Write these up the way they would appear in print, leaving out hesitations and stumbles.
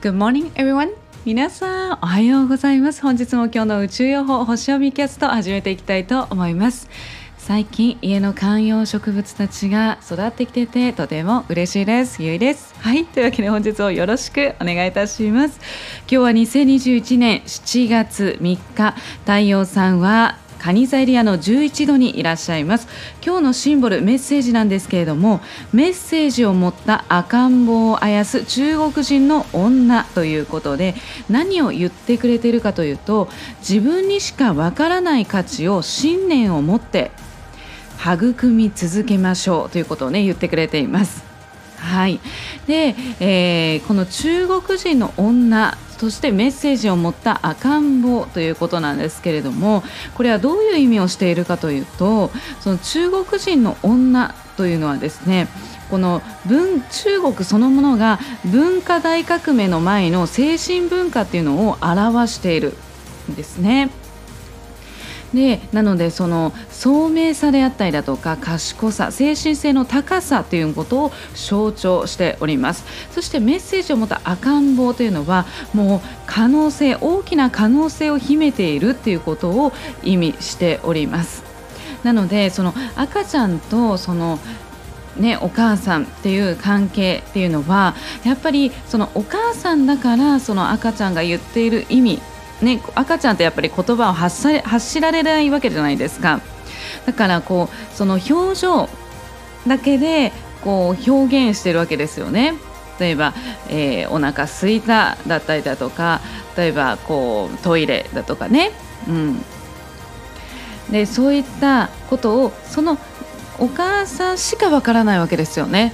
Good morning, everyone. 皆さん、おはようございます。本日も今日の宇宙予報星読みキャスト始めていきたいと思います。最近家の観葉植物たちが育ってきててとても嬉しいです。ゆいです。はい、というわけで本日をよろしくお願いいたします。今日は2021年7月3日、太陽さんは蟹座エリアの11度にいらっしゃいます。今日のシンボルメッセージなんですけれども、メッセージを持った赤ん坊をあやす中国人の女ということで、何を言ってくれているかというと、自分にしかわからない価値を信念を持って育み続けましょうということをね言ってくれています。はい。で、この中国人の女、そしてメッセージを持った赤ん坊ということなんですけれども、これはどういう意味をしているかというと、その中国人の女というのはですね、この中国そのものが文化大革命の前の精神文化っていうのを表しているんですね。でなのでその聡明さであったりだとか賢さ、精神性の高さということを象徴しております。そしてメッセージを持った赤ん坊というのはもう可能性、大きな可能性を秘めているということを意味しております。なのでその赤ちゃんとそのお母さんっていう関係っていうのはやっぱりそのお母さんだからその赤ちゃんが言っている意味赤ちゃんってやっぱり言葉を発しられないわけじゃないですか。だからその表情だけで表現してるわけですよね。例えば、お腹すいただったりだとか、例えばトイレだとかね、でそういったことをそのお母さんしかわからないわけですよね。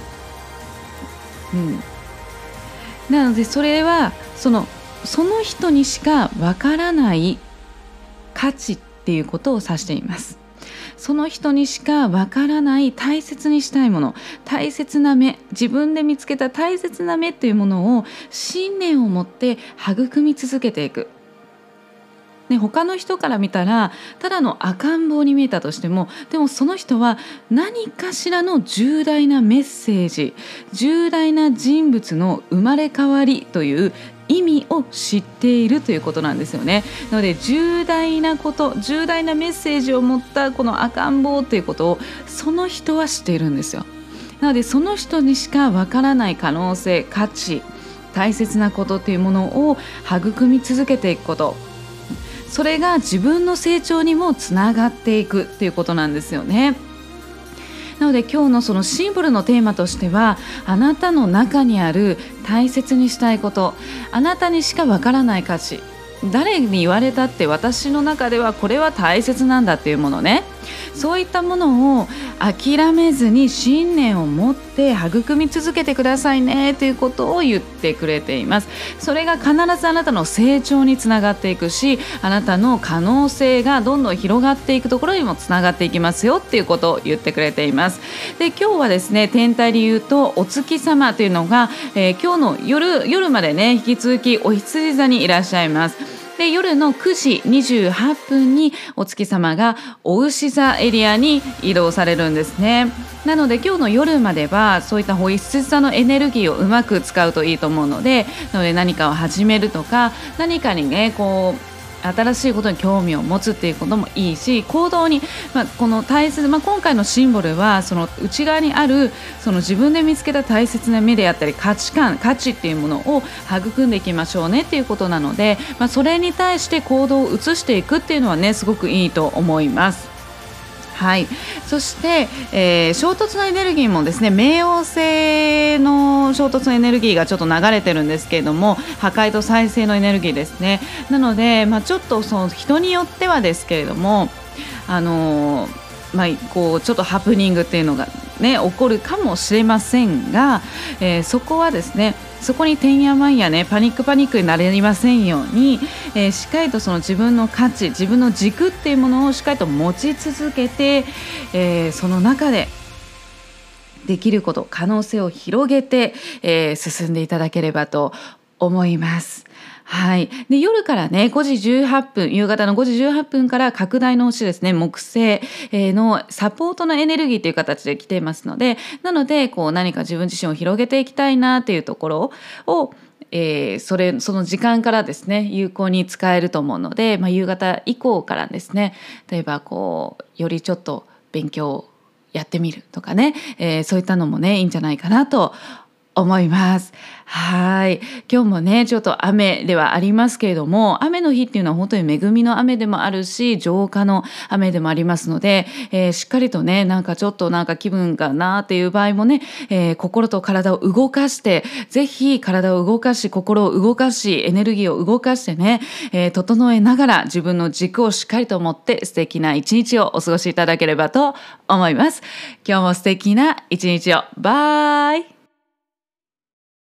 なのでそれはその人にしかわからない価値っていうことを指しています。その人にしかわからない大切にしたいもの、大切な目、自分で見つけた大切な目っていうものを信念を持って育み続けていく。他の人から見たらただの赤ん坊に見えたとしても、でもその人は何かしらの重大なメッセージ、重大な人物の生まれ変わりという意味を知っているということなんですよね。なので重大なこと、重大なメッセージを持ったこの赤ん坊ということをその人は知っているんですよ。なのでその人にしかわからない可能性、価値、大切なことというものを育み続けていくこと、それが自分の成長にもつながっていくっていうことなんですよね。なので今日のそのシンボルのテーマとしては、あなたの中にある大切にしたいこと、あなたにしかわからない価値、誰に言われたって私の中ではこれは大切なんだっていうものね、そういったものを諦めずに信念を持って育み続けてくださいねということを言ってくれています。それが必ずあなたの成長につながっていくし、あなたの可能性がどんどん広がっていくところにもつながっていきますよっていうことを言ってくれています。で今日はですね、天体で言うとお月様というのが、今日の夜までね引き続きお羊座にいらっしゃいます。で夜の9時28分にお月様がお牛座エリアに移動されるんですね。なので今日の夜まではそういったお羊座のエネルギーをうまく使うといいと思うので、何かを始めるとか、何かにね新しいことに興味を持つっていうこともいいし、行動に、この大切、今回のシンボルはその内側にあるその自分で見つけた大切な目であったり価値観、価値っていうものを育んでいきましょうねっていうことなので、それに対して行動を移していくっていうのはねすごくいいと思います。はい、そして、衝突のエネルギーもですね、冥王星の衝突のエネルギーがちょっと流れてるんですけれども、破壊と再生のエネルギーですね。なので、ちょっとその人によってはですけれども、ちょっとハプニングっていうのがね起こるかもしれませんが、そこはですね、そこにてんやわんやねパニックになりませんように、しっかりとその自分の価値、自分の軸っていうものをしっかりと持ち続けて、その中でできること、可能性を広げて、進んでいただければと思います。はい、で夜からね5時18分、夕方の5時18分から拡大の星ですね、木星のサポートのエネルギーという形で来ていますので、なので何か自分自身を広げていきたいなっていうところをその時間からですね有効に使えると思うので、夕方以降からですね、例えばよりちょっと勉強をやってみるとかね、そういったのもねいいんじゃないかなと思います。はい。今日もね、ちょっと雨ではありますけれども、雨の日っていうのは本当に恵みの雨でもあるし、浄化の雨でもありますので、しっかりとね、ちょっと気分がなっていう場合もね、心と体を動かして、ぜひ体を動かし、心を動かし、エネルギーを動かしてね、整えながら自分の軸をしっかりと持って素敵な一日をお過ごしいただければと思います。今日も素敵な一日を。バイ。